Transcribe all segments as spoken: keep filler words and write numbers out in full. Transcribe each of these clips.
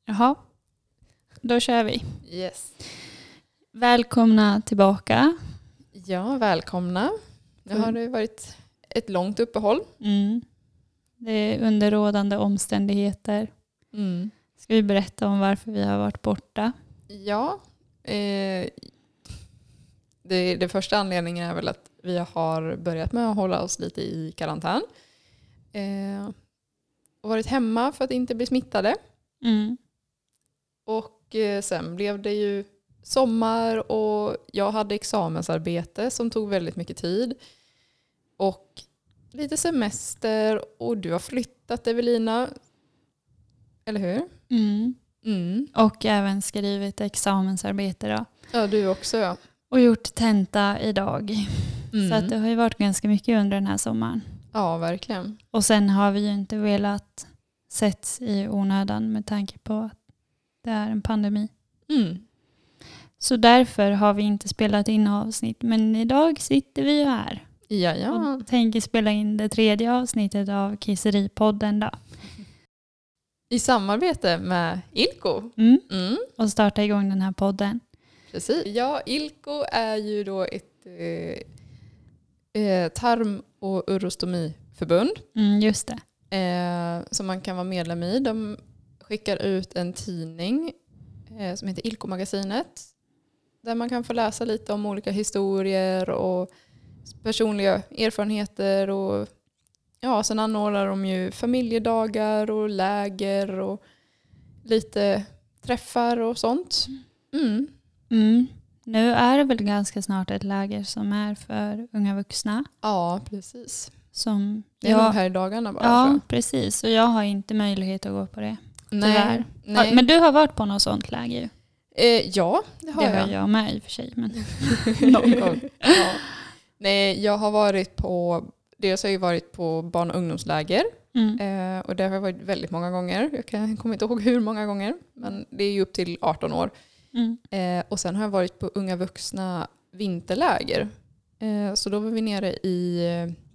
Jaha, då kör vi. Yes. Välkomna tillbaka. Ja, välkomna. Nu har det varit ett långt uppehåll. Mm. Det är under rådande omständigheter. Mm. Ska vi berätta om varför vi har varit borta? Ja, eh, det, det första anledningen är väl att vi har börjat med att hålla oss lite i karantän. Eh, och varit hemma för att inte bli smittade. Mm. Och eh, sen blev det ju sommar och jag hade examensarbete som tog väldigt mycket tid. Och lite semester och du har flyttat, Evelina. Eller hur? Mm. Mm. Och även skrivit examensarbete då. Ja, du också, ja. Och gjort tenta idag. Mm. Så att det har ju varit ganska mycket under den här sommaren. Ja, verkligen. Och sen har vi ju inte velat sätts i onödan med tanke på att det är en pandemi. Mm. Så därför har vi inte spelat in avsnitt. Men idag sitter vi ju här. Ja, ja. Och tänker spela in det tredje avsnittet av Kisseripodden då. I samarbete med Ilko. Mm. Mm. Och starta igång den här podden. Precis. Ja, Ilko är ju då ett eh, eh, tarm- och urostomiförbund Mm, just det. eh, som man kan vara medlem i. De skickar ut en tidning eh, som heter Ilko-magasinet där man kan få läsa lite om olika historier och personliga erfarenheter. Och ja, sen anordnar de ju familjedagar och läger och lite träffar och sånt. Mm. Mm. Nu är det väl ganska snart ett läger som är för unga vuxna. Ja, precis. Som Det är jag, nog här i dagarna bara. ja, tror precis. Och jag har inte möjlighet att gå på det. jag. Tyvärr. Nej, nej. Ja, men du har varit på något sånt läger ju. Eh, ja, det har Det jag. har jag med i och för sig. Men någon gång. Ja. Nej, jag har varit på, dels har jag varit på barn- och ungdomsläger. Mm. Eh, och det har jag varit väldigt många gånger. Jag kan, kommer inte ihåg hur många gånger. Men det är ju upp till arton år. Mm. Eh, och sen har jag varit på unga vuxna vinterläger. Eh, så då var vi nere i,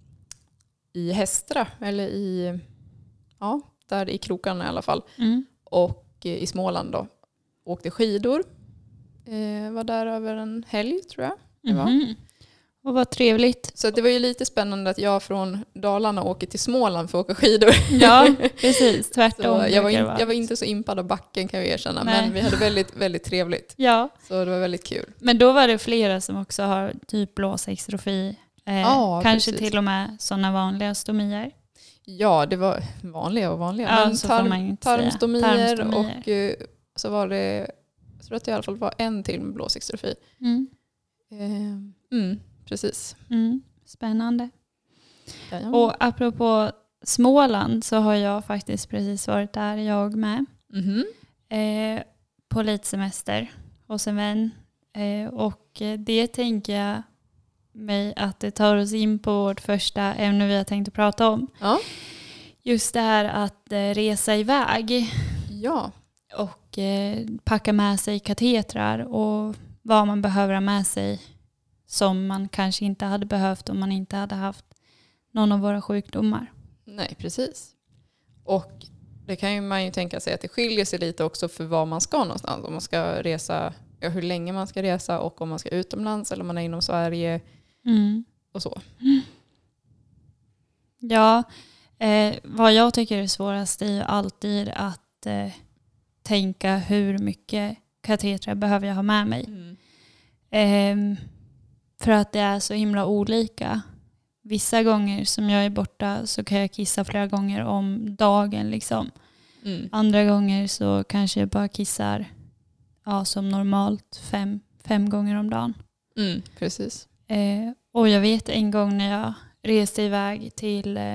i Hästra. Eller i, ja, där i krokarna i alla fall. Mm. Och eh, i Småland då. Åkte skidor. Eh, var där över en helg tror jag. Det var. Mhm. Och vad trevligt. Så det var ju lite spännande att jag från Dalarna åker till Småland för att åka skidor. Ja, precis. Tvärtom. Så jag, var brukar det in, vara. jag var inte så impad av backen kan jag erkänna. Nej. Men vi hade väldigt, väldigt trevligt. Ja, Så det var väldigt kul. men då var det flera som också har typ blåsextrofi. Eh, Ja, kanske precis. till och med sådana vanliga stomier. Ja, det var vanliga och vanliga. Ja, men så får man tarm, inte säga. tarmstomier, Tarmstomier. och eh, så var det, jag tror att det i alla fall var en till med blåsextrofi. Mm. Eh, mm, precis. Mm. Spännande. Ja, ja. Och apropå Småland så har jag faktiskt precis varit där, jag med. Mhm. Eh, på lite semester hos en vän. Eh, och det tänker jag mig att det tar oss in på vårt första ämne vi har tänkt att prata om. Ja. Just det här att eh, resa iväg ja. och eh, packa med sig katetrar och vad man behöver ha med sig som man kanske inte hade behövt om man inte hade haft någon av våra sjukdomar. Nej, precis. Och det kan ju man ju tänka sig att det skiljer sig lite också för var man ska någonstans. Om man ska resa, ja, hur länge man ska resa och om man ska utomlands eller om man är inom Sverige Mm. och så. Ja, eh, vad jag tycker är svårast är ju alltid att eh, tänka hur mycket katetrar behöver jag ha med mig. Mm. Ehm, för att det är så himla olika. Vissa gånger som jag är borta så kan jag kissa flera gånger om dagen. Liksom. Mm. Andra gånger så kanske jag bara kissar ja, som normalt fem, fem gånger om dagen. Mm, precis. Eh, och jag vet en gång när jag reste iväg till eh,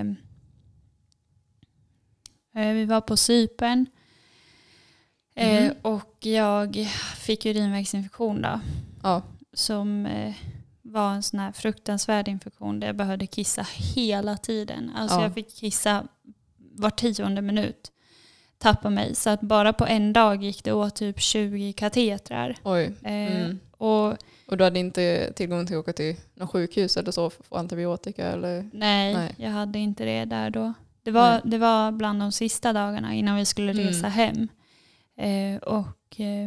eh, vi var på Cypern eh, Mhm. och jag fick urinvägsinfektion då, Ja. som eh, var en sån här fruktansvärd infektion där jag behövde kissa hela tiden. Alltså Ja. jag fick kissa var tionde minut, tappa mig. Så att bara på en dag gick det åt typ tjugo katetrar. Oj. Eh, Mm. och Och du hade inte tillgång till att åka till någon sjukhus eller så för att få antibiotika? Eller? nej, Nej. jag hade inte det där då. Det var, Nej. det var bland de sista dagarna innan vi skulle Mm. resa hem. Eh, och eh,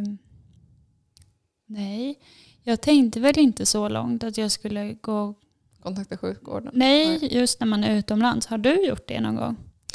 nej, jag tänkte väl inte så långt att jag skulle gå... Kontakta sjukvården? Nej, nej, just när man är utomlands. Har du gjort det någon gång?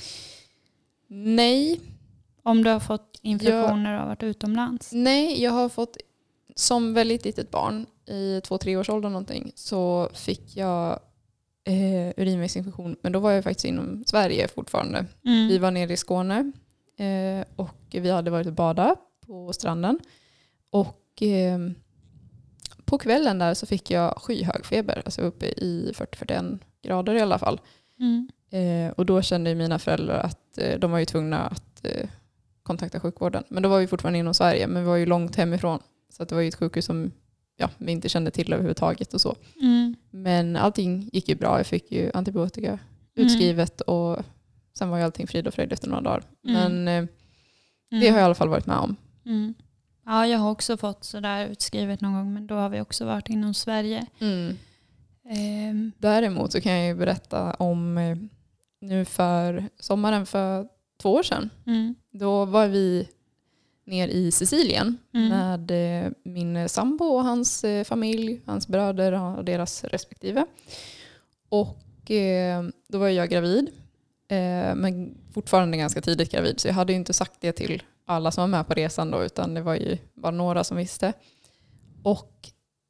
Nej. Om du har fått infektioner jag, av att varit utomlands? Nej, jag har fått, som väldigt litet barn, i två, tre års ålder någonting, så fick jag eh, urinvägsinfektion. Men då var jag faktiskt inom Sverige fortfarande. Mm. Vi var nere i Skåne eh, och vi hade varit och bada på stranden. Och eh, på kvällen där så fick jag skyhög feber, alltså uppe i fyrtio till fyrtioen grader i alla fall. Mm. Eh, och då kände mina föräldrar att eh, de var ju tvungna att eh, kontakta sjukvården. Men då var vi fortfarande inom Sverige, men vi var ju långt hemifrån. Så att det var ju ett sjukhus som ja, vi inte kände till överhuvudtaget och så. Mm. Men allting gick ju bra. Jag fick ju antibiotika mm. utskrivet och sen var ju allting frid och fröjd efter några dagar. Mm. Men eh, det mm. har jag i alla fall varit med om. Mm. Ja, jag har också fått sådär utskrivet någon gång, men då har vi också varit inom Sverige. Mm. Um. Däremot så kan jag ju berätta om eh, nu för sommaren för två år sedan. Mm. Då var vi ner i Sicilien mm. med eh, min sambo och hans eh, familj, hans bröder och deras respektive. Och eh, då var jag gravid, eh, men fortfarande ganska tidigt gravid. Så jag hade ju inte sagt det till alla som var med på resan då, utan det var ju bara några som visste. Och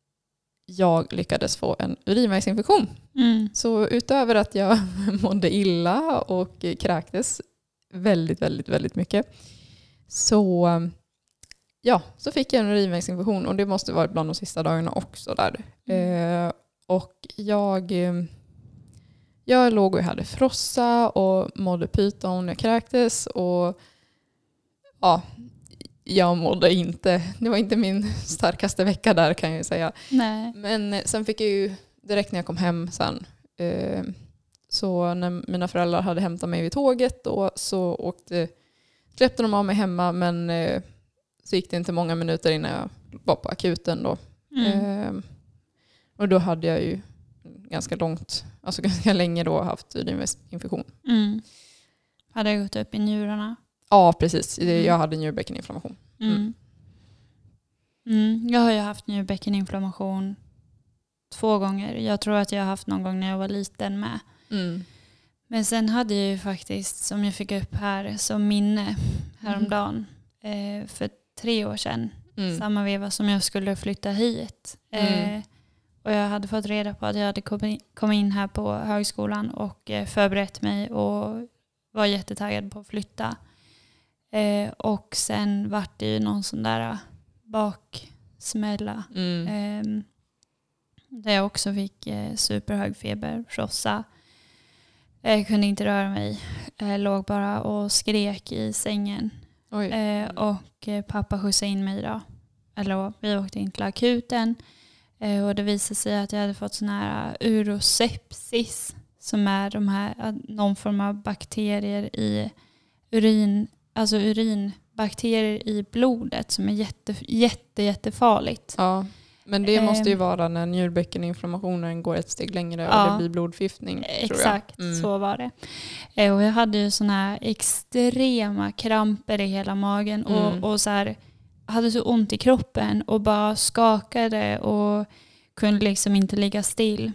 jag lyckades få en urinvägsinfektion. Mm. Så utöver att jag mådde illa och kräktes väldigt, väldigt, väldigt mycket, så, ja, så fick jag en urinvägsinfektion, och det måste varit bland de sista dagarna också där. Mm. Eh, och jag, jag låg och hade frossa och mådde pyton, jag kräktes, och ja, jag mådde inte, det var inte min starkaste vecka där, kan jag säga. Nej. Men sen fick jag ju, direkt när jag kom hem sen, eh, så när mina föräldrar hade hämtat mig vid tåget då, så åkte, släppte de av mig hemma, men eh, så gick det inte många minuter innan jag var på akuten då. Mm. Eh, och då hade jag ju ganska långt, alltså ganska länge då haft urinvägsinfektion. Mm. Hade jag gått upp i njurarna? Ja, precis. Mm. Jag hade njurbäckeninflammation. Mm. Mm. Mm. Jag har ju haft njurbäckeninflammation två gånger. Jag tror att jag har haft någon gång när jag var liten med. Mm. Men sen hade jag ju faktiskt, som jag fick upp här som minne häromdagen, mm. eh, för tre år sedan, mm. samma veva som jag skulle flytta hit. Mm. Eh, och jag hade fått reda på att jag hade kommit in här på högskolan och eh, förberett mig och var jättetaggad på att flytta. Eh, och sen var det ju någon sån där baksmälla. Mm. Eh, där jag också fick eh, superhög feber, frossa. Jag kunde inte röra mig. Jag låg bara och skrek i sängen. Eh, och eh, pappa skjutsade in mig då. Eller vi åkte in till akuten. Eh, och det visade sig att jag hade fått sån här urosepsis. Som är de här, någon form av bakterier i urin. Alltså urinbakterier i blodet som är jätte, jätte, jättefarligt. Ja. Men det måste ju vara när njurbäckeninflammationen går ett steg längre och ja, det blir blodförgiftning. Exakt, mm. så var det. Och jag hade ju såna här extrema kramper i hela magen och, mm. och så här, hade så ont i kroppen och bara skakade och kunde liksom inte ligga still.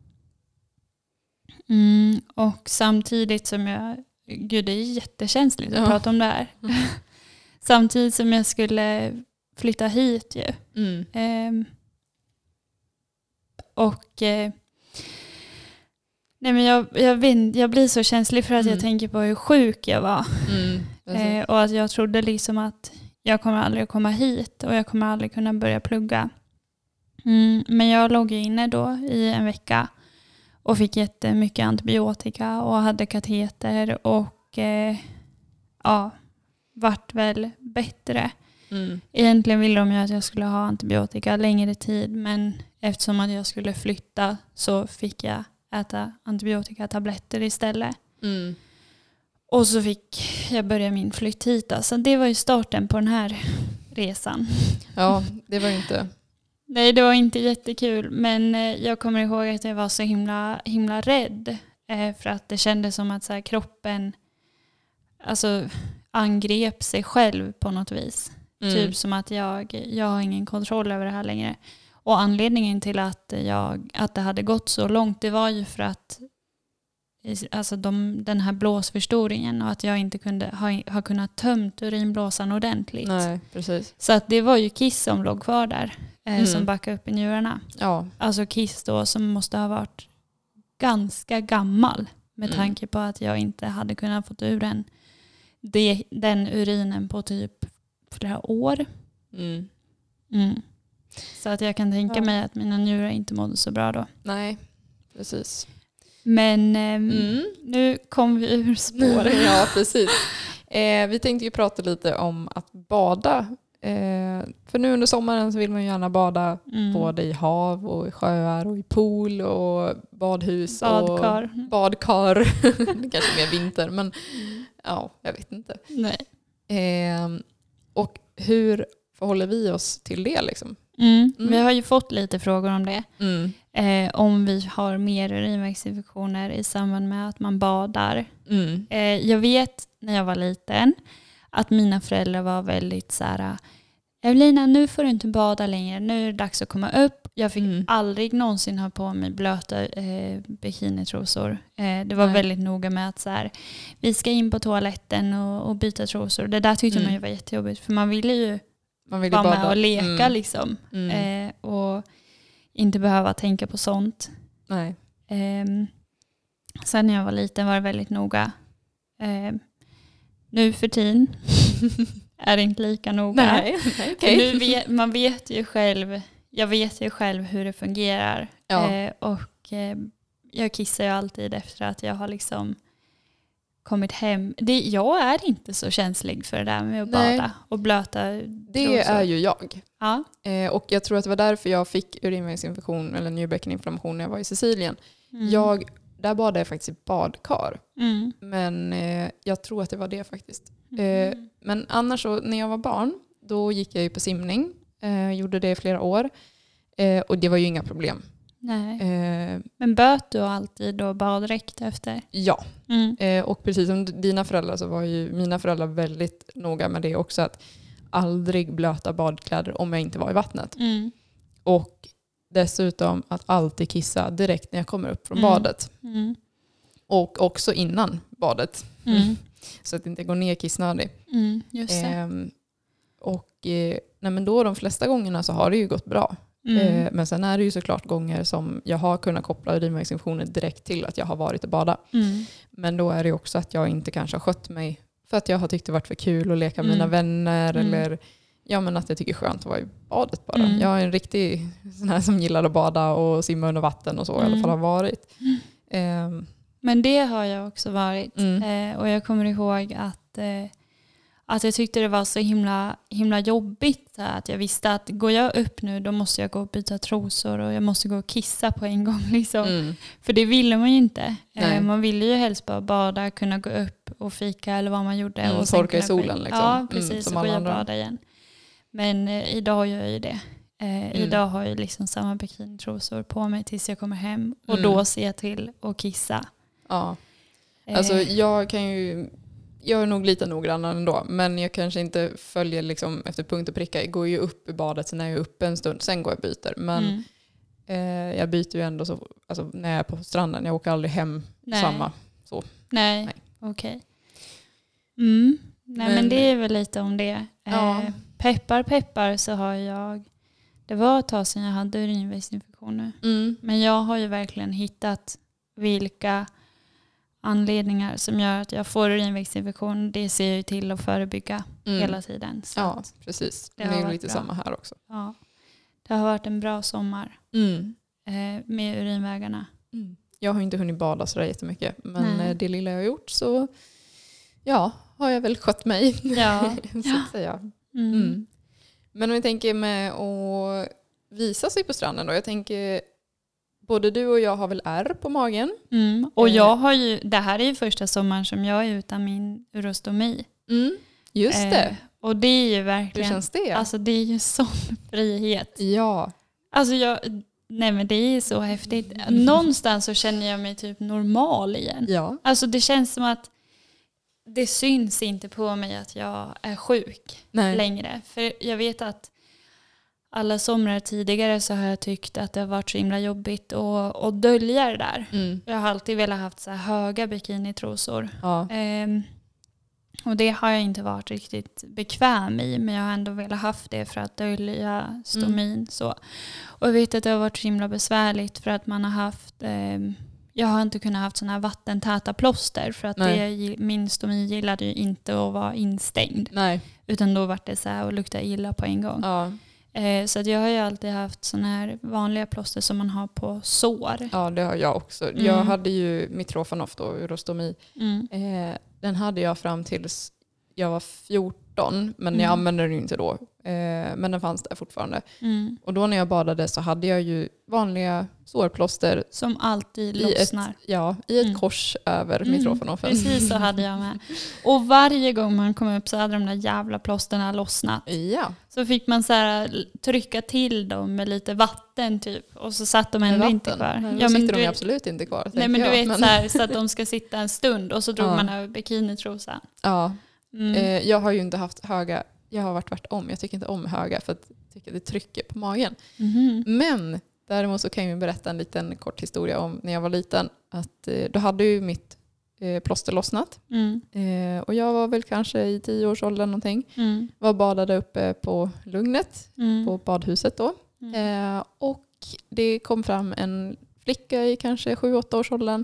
Mm, och samtidigt som jag, gud det är jättekänsligt att ja. prata om det här. Mm. Samtidigt som jag skulle flytta hit ju. Mm. Um, Och eh, nej men jag, jag, vet, jag blir så känslig för att mm. jag tänker på hur sjuk jag var. Mm, eh, och att jag trodde liksom att jag kommer aldrig komma hit och jag kommer aldrig kunna börja plugga. Mm, men jag låg inne då i en vecka och fick jättemycket antibiotika och hade kateter och eh, ja, vart väl bättre. Mm. Egentligen ville de ju att jag skulle ha antibiotika längre tid, men eftersom att jag skulle flytta så fick jag äta antibiotikatabletter istället. Mm. Och så fick jag börja min flytt hit. Så det var ju starten på den här resan. Ja, det var inte... Nej, det var inte jättekul. Men jag kommer ihåg att jag var så himla, himla rädd. För att det kändes som att så här, kroppen... Alltså... angrep sig själv på något vis. Mm. Typ som att jag, jag har ingen kontroll över det här längre. Och anledningen till att, jag, att det hade gått så långt, det var ju för att alltså de, den här blåsförstoringen och att jag inte kunde ha, ha kunnat tömt urinblåsan ordentligt. Nej, precis. Så att det var ju kiss som låg kvar där eh, Mm. som backade upp i njurarna. Ja. Alltså kiss då som måste ha varit ganska gammal med Mm. tanke på att jag inte hade kunnat få ur den, det, den urinen på typ flera år. Mm. Mm. Så att jag kan tänka Ja. mig att mina njurar inte mådde så bra då. Nej, precis. Men ehm, Mm. nu kom vi ur spåret. Ja, precis. Eh, vi tänkte ju prata lite om att bada. Eh, för nu under sommaren så vill man ju gärna bada Mm. både i hav och i sjöar och i pool och badhus. Badkar. Och badkar. Det kanske är mer vinter, men ja, jag vet inte. Nej. Eh, och hur förhåller vi oss till det liksom? Mm. Mm. Vi har ju fått lite frågor om det. Mm. Eh, om vi har mer urinvägsinfektioner i samband med att man badar. Mm. Eh, jag vet när jag var liten att mina föräldrar var väldigt så här: Evelina, nu får du inte bada längre. Nu är det dags att komma upp. Jag fick Mm. aldrig någonsin ha på mig blöta eh, bikinitrosor. Eh, det var Nej. väldigt noga med att så här, vi ska in på toaletten och, och byta trosor. Det där tyckte Mm. man ju var jättejobbigt. För man ville ju Man vill ju vara bada. med och leka Mm. liksom. Mm. Eh, och inte behöva tänka på sånt. Nej. Eh, sen när jag var liten var det väldigt noga. Eh, nu för tiden är det inte lika noga. Nej, nej, För okej. nu vet, man vet ju själv, jag vet ju själv hur det fungerar. Ja. Eh, och eh, jag kissar ju alltid efter att jag har liksom kommit hem. Det, jag är inte så känslig för det där med att Nej. bada och blöta Det trosor. är ju jag. Ja. Eh, och jag tror att det var därför jag fick urinvägsinfektion eller njurbäckeninflammation när jag var i Sicilien. Mm. Jag, där badade jag faktiskt i badkar. Mm. Men eh, jag tror att det var det faktiskt. Eh, Mm. men annars så, när jag var barn, då gick jag ju på simning. Eh, gjorde det i flera år. Eh, och det var ju inga problem. Nej. Eh, Men böt du alltid då baddräkt efter? ja, Mm. eh, och precis som dina föräldrar så var ju mina föräldrar väldigt noga med det också. Att aldrig blöta badkläder om jag inte var i vattnet. Mm. Och dessutom att alltid kissa direkt när jag kommer upp från Mm. badet. Mm. Och också innan badet. Mm. Så att det inte går ner kissnödig. Mm. Just det. Ehm, och eh, nej men då de flesta gångerna så har det ju gått bra. Mm. Eh, men sen är det ju såklart gånger som jag har kunnat koppla urinvägsinfektioner direkt till att jag har varit och badat. Mm. Men då är det också att jag inte kanske har skött mig för att jag har tyckt det varit för kul att leka med Mm. mina vänner. Mm. Eller ja, men att jag tycker det är skönt att vara i badet bara. Mm. Jag är en riktig sån här som gillar att bada och simma under vatten och så. Mm. I alla fall har varit. Ehm, Men det har jag också varit. Mm. Eh, och jag kommer ihåg att, eh, att jag tyckte det var så himla, himla jobbigt. Så här, att jag visste att går jag upp nu då måste jag gå och byta trosor och jag måste gå och kissa på en gång. Liksom. mm. För det ville man ju inte. Nej. Eh, man ville ju helst bara bada, kunna gå upp och fika eller vad man gjorde. Mm, och sen torka i kunna gå in. solen, liksom. Ja, Mm, precis. som och gå alla och andra. bada igen. Men eh, idag gör jag ju det. Eh, Mm. Idag har jag liksom samma bikinitrosor på mig tills jag kommer hem. Och Mm. då ser jag till att kissa. Ja. Alltså Eh, jag kan ju, jag är nog lite noggrannare ändå, men jag kanske inte följer liksom efter punkt och pricka. Jag går ju upp i badet, sen är jag uppe en stund, sen går jag och byter. Men mm. eh, jag byter ju ändå så, alltså, när jag är på stranden. Jag åker aldrig hem Nej. samma. Nej, Nej. okej. Mm. Nej, men, Men- det är väl lite om det. Ja. Eh, peppar, peppar så har jag... Det var ett tag sedan jag hade urinvägsinfektioner. Mm. Men jag har ju verkligen hittat vilka anledningar som gör att jag får urinvägsinfektion. Det ser jag ju till att förebygga Mm. hela tiden. Så Ja, att, precis. det Det, har är ju varit lite bra. samma här också. ja. Det har varit en bra sommar Mm. eh, med urinvägarna. Mm. Jag har inte hunnit bada så där jättemycket, men Nej. eh, det lilla jag har gjort så ja, har jag väl skött mig. Ja. så att säga. Mm. Mm. Men om vi tänker med att visa sig på stranden då. Jag tänker, både du och jag har väl ärr på magen. Mm. Och Eh. jag har ju, det här är ju första sommaren som jag är utan min urostomi. Mm. Just det. Eh, och det är ju Hur verkligen, känns det? alltså det är ju sån frihet. ja. Alltså jag, nej men det är så häftigt. Någonstans så känner jag mig typ normal igen. Ja. Alltså det känns som att det syns inte på mig att jag är sjuk Nej. längre. För jag vet att alla somrar tidigare så har jag tyckt att det har varit så himla jobbigt att, att dölja det där. Mm. Jag har alltid velat ha så här höga bikinitrosor. Ja. Ehm, och det har jag inte varit riktigt bekväm i. Men jag har ändå velat haft det för att dölja stomin. Mm. Så. Och jag vet att det har varit så himla besvärligt för att man har haft... Ehm, jag har inte kunnat haft såna här vattentäta plåster. För att det, min stomi gillade ju inte att vara instängd. Nej. Utan då var det så här och lukta illa på en gång. Ja. Så att jag har ju alltid haft såna här vanliga plåster som man har på sår. Ja, det har jag också. Mm. Jag hade ju Mitrofanof då, urostomi. Mm. Eh, den hade jag fram tills jag var fjorton. Men mm. jag använde den ju inte då. Eh, men den fanns där fortfarande. Mm. Och då när jag badade så hade jag ju vanliga sårplåster. Som alltid lossnar. I ett, ja, i ett mm. kors över mm. Mitrofanofen. Precis så hade jag med. Och varje gång man kom upp så hade de där jävla plåsterna lossnat. Ja. Så fick man så här trycka till dem med lite vatten typ. Och så satt de ändå inte kvar. Men ja, men sitter de du, absolut inte kvar. Nej men jag. du vet men. Så, här, så att de ska sitta en stund. Och så drog ja. man över bikinitrosan. Ja. Mm. Eh, jag har ju inte haft höga... Jag har varit tvärtom. Jag tycker inte om höga för att jag tycker det trycker på magen. Mm. Men däremot så kan jag ju berätta en liten kort historia om när jag var liten. Att eh, då hade ju mitt eh, plåster lossnat. Mm. Eh, och jag var väl kanske i tio års ålder någonting. Mm. Var badade uppe på Lugnet. Mm. På badhuset då. Mm. Eh, och det kom fram en flicka i kanske sju åtta års åldern.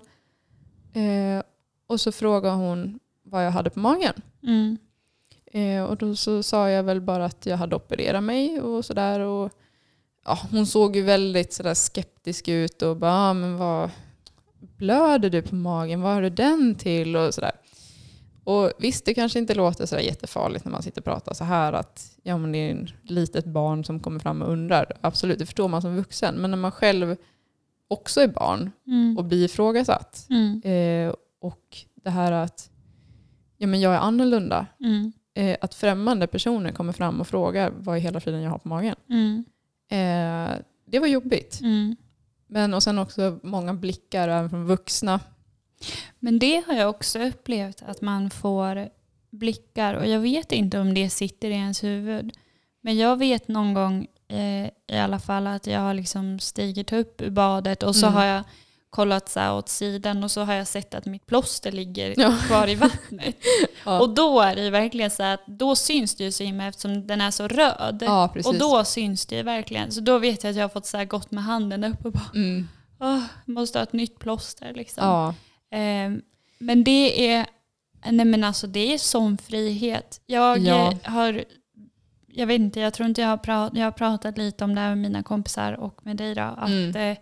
Eh, och så frågade hon vad jag hade på magen. Mm. Eh, och då så sa jag väl bara att jag hade opererat mig och sådär. Och ja, hon såg ju väldigt sådär skeptisk ut och bara, ah, men vad blöder du på magen? Vad har du den till? Och sådär. Och visst, det kanske inte låter sådär jättefarligt när man sitter och pratar så här att ja, men det är en litet barn som kommer fram och undrar. Absolut, det förstår man som vuxen. Men när man själv också är barn mm. och blir ifrågasatt mm. eh, och det här att ja, men jag är annorlunda. Mm. Eh, att främmande personer kommer fram och frågar vad i hela friden jag har på magen. Mm. Eh, det var jobbigt. Mm. Men och sen också många blickar även från vuxna. Men det har jag också upplevt att man får blickar och jag vet inte om det sitter i ens huvud. Men jag vet någon gång eh, i alla fall att jag har liksom stigit upp ur badet och så mm. har jag kollat så här åt sidan och så har jag sett att mitt plåster ligger ja. kvar i vattnet. ja. Och då är det verkligen så att då syns det ju så himla eftersom den är så röd. Ja, och då syns det ju verkligen. Så då vet jag att jag har fått så här gått med handen upp och bara mm. åh, måste ha ett nytt plåster liksom. Ja. Eh, men det är nej men alltså det är sån frihet. Jag ja. har jag vet inte, jag tror inte jag har pratat jag har pratat lite om det här med mina kompisar och med dig då att mm. eh,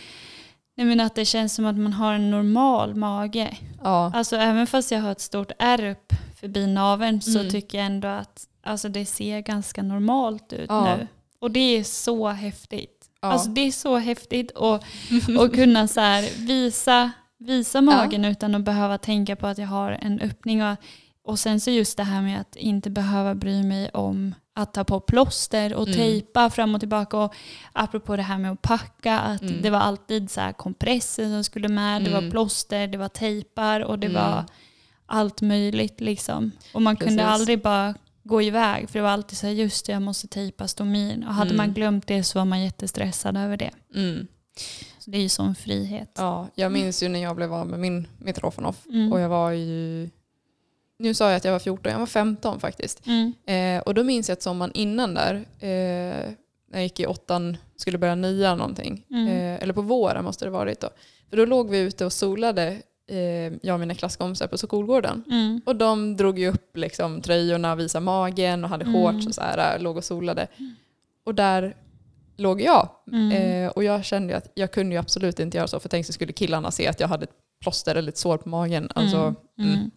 jag menar att det känns som att man har en normal mage. Ja. Alltså även fast jag har ett stort ärr upp förbi naveln så mm. tycker jag ändå att alltså, det ser ganska normalt ut ja. nu. Och det är så häftigt. Ja. Alltså det är så häftigt att, att kunna så här visa, visa magen ja. utan att behöva tänka på att jag har en öppning. Och, och sen så just det här med att inte behöva bry mig om att ta på plåster och mm. tejpa fram och tillbaka. Och apropå det här med att packa, att mm. det var alltid så här kompresser som skulle med. Mm. Det var plåster, det var tejpar och det mm. var allt möjligt liksom. Och man kunde Precis. aldrig bara gå iväg för det var alltid så här, just det, jag måste tejpa stomin. Och hade mm. man glömt det så var man jättestressad över det. Mm. Så det är ju sån frihet. Ja, jag minns ju när jag blev av med min Mitrofanof mm. och jag var ju nu sa jag att jag var fjorton, jag var femton faktiskt. Mm. Eh, och då minns jag att sommaren innan där, eh, när jag gick i åttan, skulle börja nian någonting. Mm. Eh, eller på våren måste det varit då. För då låg vi ute och solade, eh, jag och mina klasskompisar på skolgården. Mm. Och de drog ju upp liksom, tröjorna, visade magen och hade mm. shorts och så här, låg och solade. Mm. Och där låg jag. Mm. Eh, och jag kände att jag kunde ju absolut inte göra så. För tänk så skulle killarna se att jag hade ett plåster eller ett sår på magen. Alltså, mm. Mm. Mm.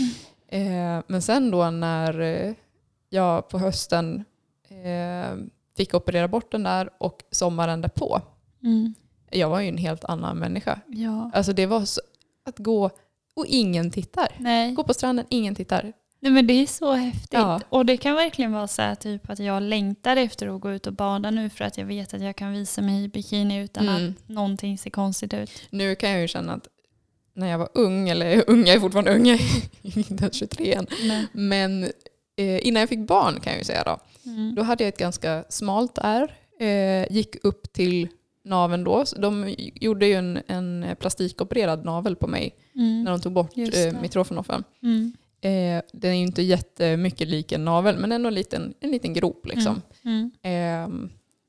Eh, men sen då när eh, jag på hösten eh, fick operera bort den där och sommaren därpå. Mm. Jag var ju en helt annan människa. Ja. Alltså det var så att gå och ingen tittar. Nej. Gå på stranden, ingen tittar. Nej men det är så häftigt. Ja. Och det kan verkligen vara så här typ att jag längtar efter att gå ut och bada nu för att jag vet att jag kan visa mig i bikini utan mm. att någonting ser konstigt ut. Nu kan jag ju känna att när jag var ung, eller ung, jag är fortfarande ung, jag är inte tjugotre än. Nej. Men eh, innan jag fick barn kan jag ju säga då, mm. då hade jag ett ganska smalt ärr. Eh, gick upp till naveln då. De gjorde ju en, en plastikopererad navel på mig mm. när de tog bort eh, mitrofenofen. Mm. Eh, den är ju inte jättemycket lik en navel, men ändå en liten, en liten grop liksom. Mm. Mm. Eh,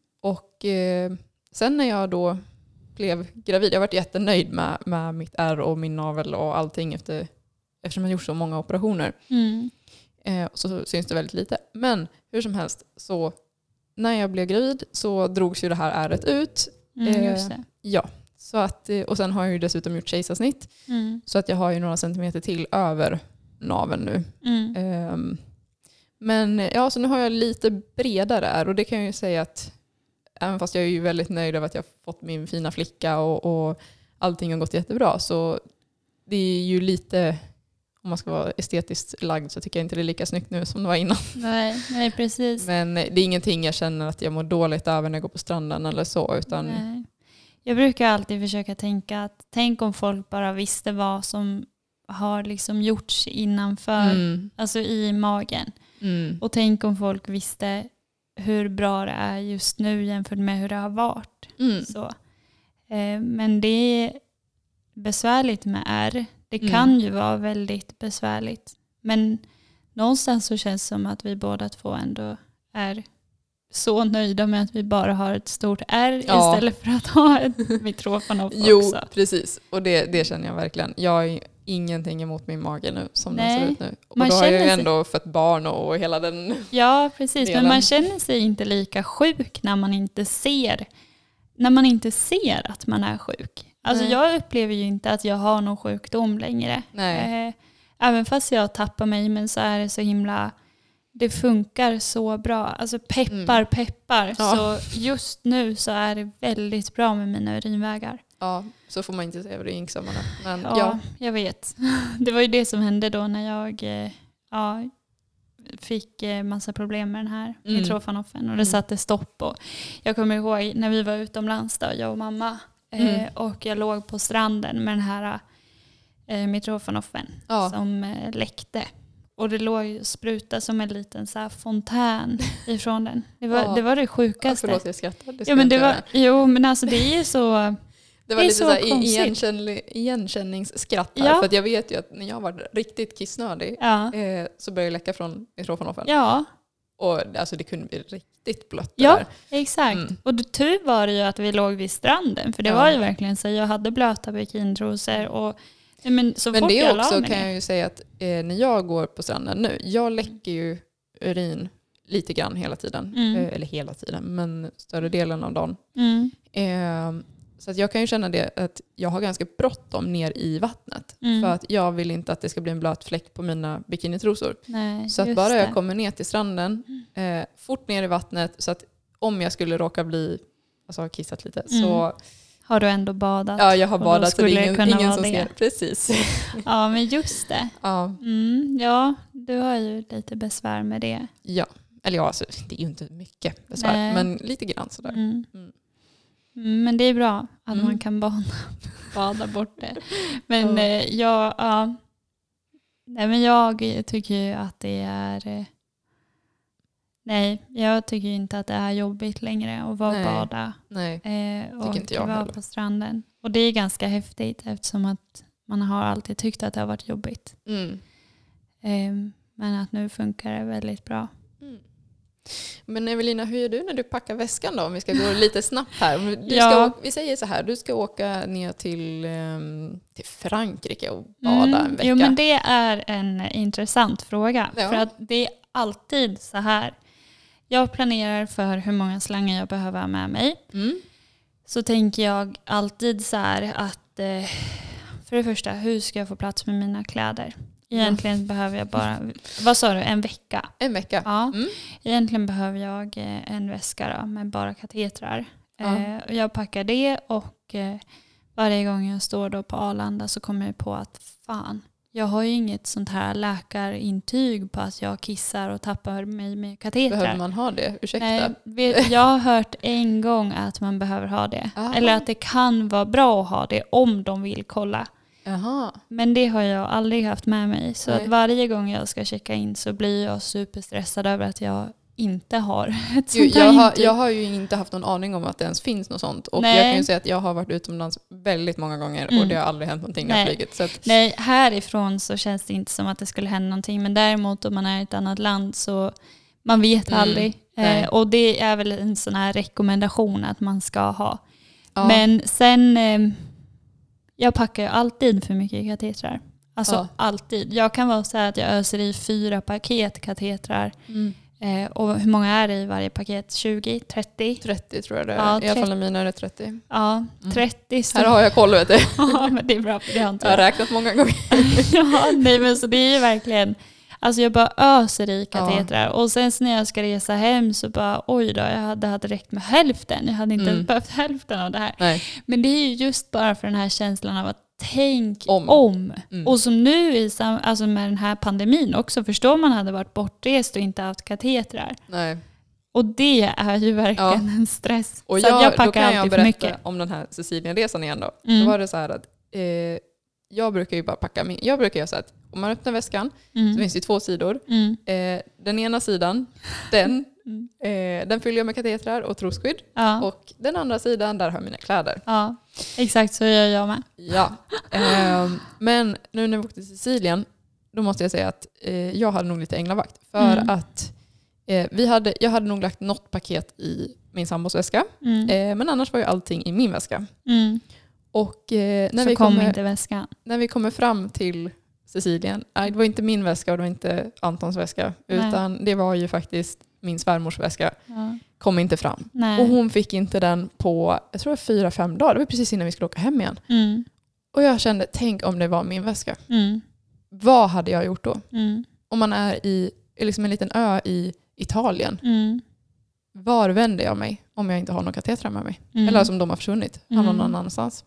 och eh, sen när jag då blev gravid, jag har varit jättenöjd med, med mitt ärr och min navel och allting efter, eftersom jag gjort så många operationer. Mm. Eh, så syns det väldigt lite. Men hur som helst, så när jag blev gravid så drogs ju det här ärret ut. Mm, just det. Eh, ja, så att, och sen har jag ju dessutom gjort kejsarsnitt. Mm. Så att jag har ju några centimeter till över naveln nu. Mm. Eh, men ja, så nu har jag lite bredare ärr, och det kan jag ju säga att även fast jag är ju väldigt nöjd över att jag fått min fina flicka och, och allting har gått jättebra, så det är ju lite, om man ska vara estetiskt lagd så tycker jag inte det är lika snyggt nu som det var innan. Nej, nej precis. Men det är ingenting jag känner att jag mår dåligt över när jag går på stranden eller så. Utan nej. Jag brukar alltid försöka tänka att tänk om folk bara visste vad som har liksom gjorts innanför, mm. alltså i magen. Mm. Och tänk om folk visste hur bra det är just nu jämfört med hur det har varit. Mm. Så. Eh, men det är besvärligt med ärr. Det mm. kan ju vara väldigt besvärligt. Men någonstans så känns det som att vi båda två ändå är så nöjda med att vi bara har ett stort ärr ja. istället för att ha ett mitrofenof också. Jo, precis. Och det, det känner jag verkligen. Jag har ingenting emot min mage nu som Nej. den ser ut nu. Och man då har jag ju ändå sig... fött barn och hela den Ja, precis. Delen. Men man känner sig inte lika sjuk när man inte ser när man inte ser att man är sjuk. Alltså Nej. jag upplever ju inte att jag har någon sjukdom längre. Nej. Eh, även fast jag tappar mig, men så är det så himla, det funkar så bra. Alltså peppar, mm. peppar. Ja. Så just nu så är det väldigt bra med mina urinvägar. Ja, så får man inte säga vad det är inksammarna. Men ja, ja, jag vet. Det var ju det som hände då när jag eh, ja, fick eh, massa problem med den här mm. mitrofenofen. Och det mm. satte stopp. Och jag kommer ihåg när vi var utomlands då, jag och mamma. Mm. Eh, och jag låg på stranden med den här eh, mitrofenofen ja. som eh, läckte. Och det låg och sprutade som en liten så här fontän ifrån den. Det var, ja. det var det sjukaste. Ja, förlåt, jag skrattar. Det ja, men det var, jo, men alltså det är ju så det var det lite så, så här igenkänn, igenkänningsskratt här. Ja. För att jag vet ju att när jag var riktigt kissnödig ja. eh, så började jag läcka från mitrofenofen. Ja. Och alltså det kunde bli riktigt blött. Ja, där. exakt. Mm. Och det, tur var det ju att vi låg vid stranden. För det ja. var ju verkligen så. Jag hade blöta bikinitrosor. Och, men så men det också kan jag ju säga att eh, när jag går på stranden nu. Jag läcker ju urin lite grann hela tiden. Mm. Eh, eller hela tiden, men större delen av dagen. Mm. Eh, så att jag kan ju känna det att jag har ganska bråttom ner i vattnet. Mm. För att jag vill inte att det ska bli en blöt fläck på mina bikinitrosor. Nej, så att bara det. jag kommer ner till stranden, eh, fort ner i vattnet. Så att om jag skulle råka bli, alltså ha kissat lite, mm. så... Har du ändå badat? Ja, jag har badat så det är ingen, ingen som det. ser. Precis. Ja, men just det. Ja. Mm, ja, du har ju lite besvär med det. Ja, eller ja, alltså, det är ju inte mycket besvär, Nej. men lite grann sådär. Mm. Mm. Men det är bra att mm. man kan bada, bada bort det. Men, ja. Eh, jag, ja. Nej, men jag tycker ju att det är... Eh, nej, jag tycker inte att det är jobbigt längre att vara nej. bada. Nej, eh, och inte jag vara heller. på stranden. Och det är ganska häftigt eftersom att man har alltid tyckt att det har varit jobbigt. Mm. Eh, men att nu funkar det väldigt bra. Mm. Men Evelina, hur gör du när du packar väskan då? Om vi ska gå lite snabbt här. Du ja. ska, vi säger så här, du ska åka ner till, um, till Frankrike och bada mm. en vecka. Jo, men det är en intressant fråga. Ja. För att det är alltid så här. Jag planerar för hur många slangar jag behöver ha med mig. Mm. Så tänker jag alltid så här att eh, för det första, hur ska jag få plats med mina kläder? Egentligen mm. behöver jag bara, vad sa du, en vecka? En vecka? Ja. Mm. Egentligen behöver jag en väska då, med bara katetrar. Ja. Eh, jag packar det och eh, varje gång jag står då på Arlanda så kommer jag på att fan, jag har ju inget sånt här läkarintyg på att jag kissar och tappar mig med katetrar. Behöver man ha det? Ursäkta. Nej, vet, jag har hört en gång att man behöver ha det. Aha. Eller att det kan vara bra att ha det om de vill kolla. Jaha. Men det har jag aldrig haft med mig. Så Nej. att varje gång jag ska checka in så blir jag superstressad över att jag inte har ett sånt Jo, här jag, har, intyg. jag har ju inte haft någon aning om att det ens finns något sånt. Och Nej. jag kan ju säga att jag har varit utomlands väldigt många gånger Mm. och det har aldrig hänt någonting när jag Nej. flugit. Så att, Nej, härifrån så känns det inte som att det skulle hända någonting. Men däremot om man är i ett annat land så man vet Mm, aldrig. nej. Eh, och det är väl en sån här rekommendation att man ska ha. ja. Men sen, eh, jag packar ju alltid för mycket katetrar. Alltså Ja. alltid. Jag kan vara så här att jag öser i fyra paket katetrar. Mm. Eh, och hur många är det i varje paket? tjugo? trettio? trettio tror jag det är. Ja, I alla fall i mina är det trettio. Ja, trettio. Så. Här har jag koll, vet du. Ja, men det är bra. Det har inte Jag har jag. räknat många gånger. Ja, nej men så det är ju verkligen, alltså jag bara öser i katetrar. Och sen så när jag ska resa hem så bara, oj då, jag hade, hade räckt med hälften. Jag hade inte Mm. ens behövt hälften av det här. Nej. Men det är ju just bara för den här känslan av att tänk Om. om. Mm. Och som nu i sam- alltså med den här pandemin också, förstår man hade varit bortrest och inte haft katetrar. Nej. Och det är ju verkligen Ja. en stress. Och så jag, att jag då packar kan jag alltid för berätta mycket. om den här Sicilienresan igen då. Mm. Då var det så här att eh, jag brukar ju bara packa min, jag brukar göra så att om man öppnar väskan Mm. så finns det ju två sidor. Mm. Eh, den ena sidan, den, Mm. eh, den fyller jag med katetrar och trosskydd. Ja. Och den andra sidan, där har jag mina kläder. ja, exakt så gör jag med. Ja. Eh, men nu när vi åkte till Sicilien, då måste jag säga att eh, jag hade nog lite änglavakt. För Mm. att eh, vi hade, jag hade nog lagt något paket i min sambos väska. Mm. Eh, men annars var ju allting i min väska. Mm. Och eh, när, Så vi kom kommer, inte väskan. när vi kommer fram till Sicilien, nej, det var inte min väska och det var inte Antons väska, Nej. utan det var ju faktiskt min svärmors väska. Ja. Kom inte fram. Nej. Och hon fick inte den på, jag tror fyra, fem dagar. Det var precis innan vi skulle åka hem igen. Mm. Och jag kände, tänk om det var min väska. Mm. Vad hade jag gjort då? Mm. Om man är i liksom en liten ö i Italien, Mm. var vänder jag mig om jag inte har någon katetrar med mig? Mm. Eller som de har försvunnit, hamnar Mm. någon annanstans.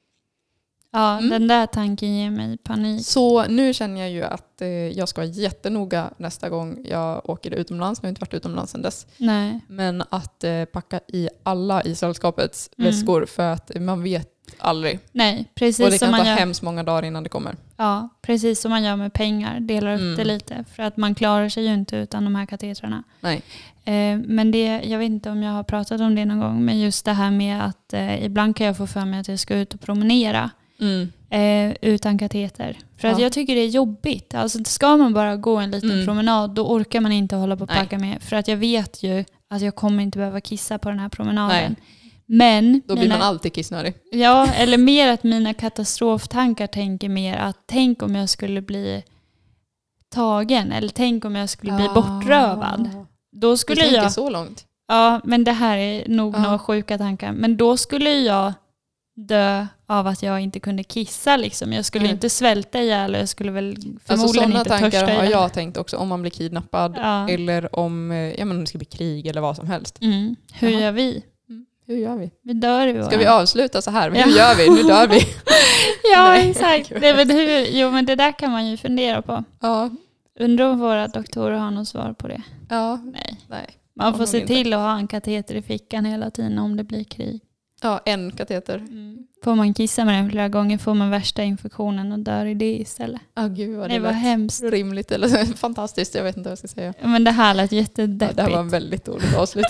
Ja, Mm. den där tanken ger mig panik. Så nu känner jag ju att eh, jag ska vara jättenoga nästa gång jag åker utomlands. Jag har inte varit utomlands sedan dess. Nej. Men att eh, packa i alla i sällskapets Mm. väskor för att man vet aldrig. Nej, precis Och det som kan man ta gör. hemskt många dagar innan det kommer. Ja, precis som man gör med pengar. Delar upp Mm. det lite. För att man klarar sig ju inte utan de här katetrarna. Nej. Eh, men det, jag vet inte om jag har pratat om det någon gång. Men just det här med att eh, ibland kan jag få för mig att jag ska ut och promenera. Mm. Eh, utan kateter. För att Ja. jag tycker det är jobbigt. Alltså ska man bara gå en liten Mm. promenad, då orkar man inte hålla på och Nej. packa med. För att jag vet ju att jag kommer inte behöva kissa på den här promenaden. Nej. Men Då blir mina, man alltid kissnödig. ja, eller mer att mina katastroftankar tänker mer att tänk om jag skulle bli tagen. Eller tänk om jag skulle bli bortrövad. Då Du skulle tänker jag... så långt. Ja, men det här är nog Ja. några sjuka tankar. Men då skulle jag dö av att jag inte kunde kissa. Liksom. Jag skulle Nej. inte svälta ihjäl och jag skulle väl Alltså förmodligen sådana inte törsta tankar har ihjäl. jag tänkt också om man blir kidnappad Ja. eller om, eh, ja, men om det ska bli krig eller vad som helst. Mm. Hur Jaha. gör vi? Hur gör vi? Vi dör i våra... Ska vi avsluta så här? Men Ja. hur gör vi? Nu dör vi. Ja, Nej. exakt. Nej, men hur... Jo, men det där kan man ju fundera på. Ja. Undrar om våra doktorer har något svar på det. Ja. Nej. Nej. Man får nog se inte. till att ha en kateter i fickan hela tiden om det blir krig. Ja, en kateter. Mm. Får man kissa med den flera gånger får man värsta infektionen och dör i det istället. Ah, gud vad det Nej, vad lät hemskt. rimligt eller fantastiskt. Jag vet inte vad jag ska säga. Ja, men det här lät Ja, jättedeppigt. det här var en väldigt dåligt avslut.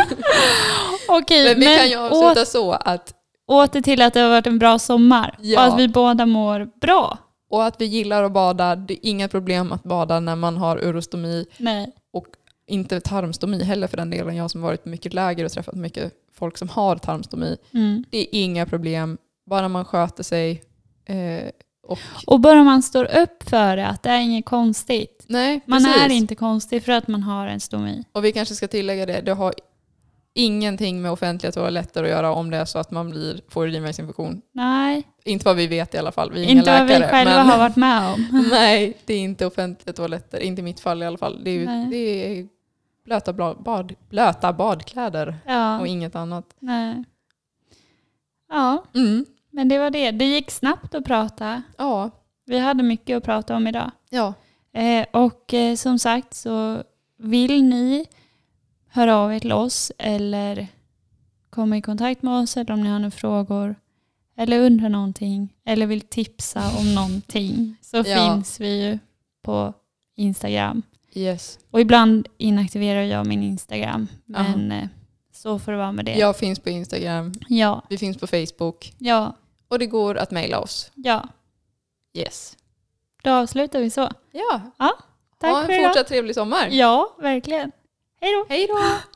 Okej, Men vi men kan ju åt, avsluta så att, åter till att det har varit en bra sommar. Ja. Och att vi båda mår bra. och att vi gillar att bada. Det är inga problem att bada när man har urostomi. Nej. Inte tarmstomi heller för den delen. Jag som varit på mycket läger och träffat mycket folk som har tarmstomi. Mm. Det är inga problem. Bara man sköter sig. Eh, och, Och bara man står upp för det, att det är inget konstigt. nej, Man precis. är inte konstig för att man har en stomi. Och vi kanske ska tillägga det. Det har ingenting med offentliga toaletter att göra om det är så att man blir, får urinvägsinfektion. Nej, Inte vad vi vet i alla fall. Vi är inte inga vad vi läkare. själva men har varit med om. nej, det är inte offentliga toaletter. Inte i mitt fall i alla fall. Det är, ju, Nej. det är blöta, bla- bad, blöta badkläder Ja, och inget annat. nej. Ja, Mm. men det var det. Det gick snabbt att prata. Ja, Vi hade mycket att prata om idag. ja. Eh, och eh, som sagt så vill ni höra av er till oss eller komma i kontakt med oss eller om ni har några frågor. eller undrar någonting eller vill tipsa om någonting så ja. finns vi ju på Instagram. Yes. Och ibland inaktiverar jag min Instagram. Men uh-huh. så får det vara med det. Jag finns på Instagram. Ja. Vi finns på Facebook. Ja. Och det går att mejla oss. Ja. Yes. Då avslutar vi så. Ja. Ja. Tack ha en för fortsatt trevlig sommar. Ja, verkligen. Hej då. Hej då.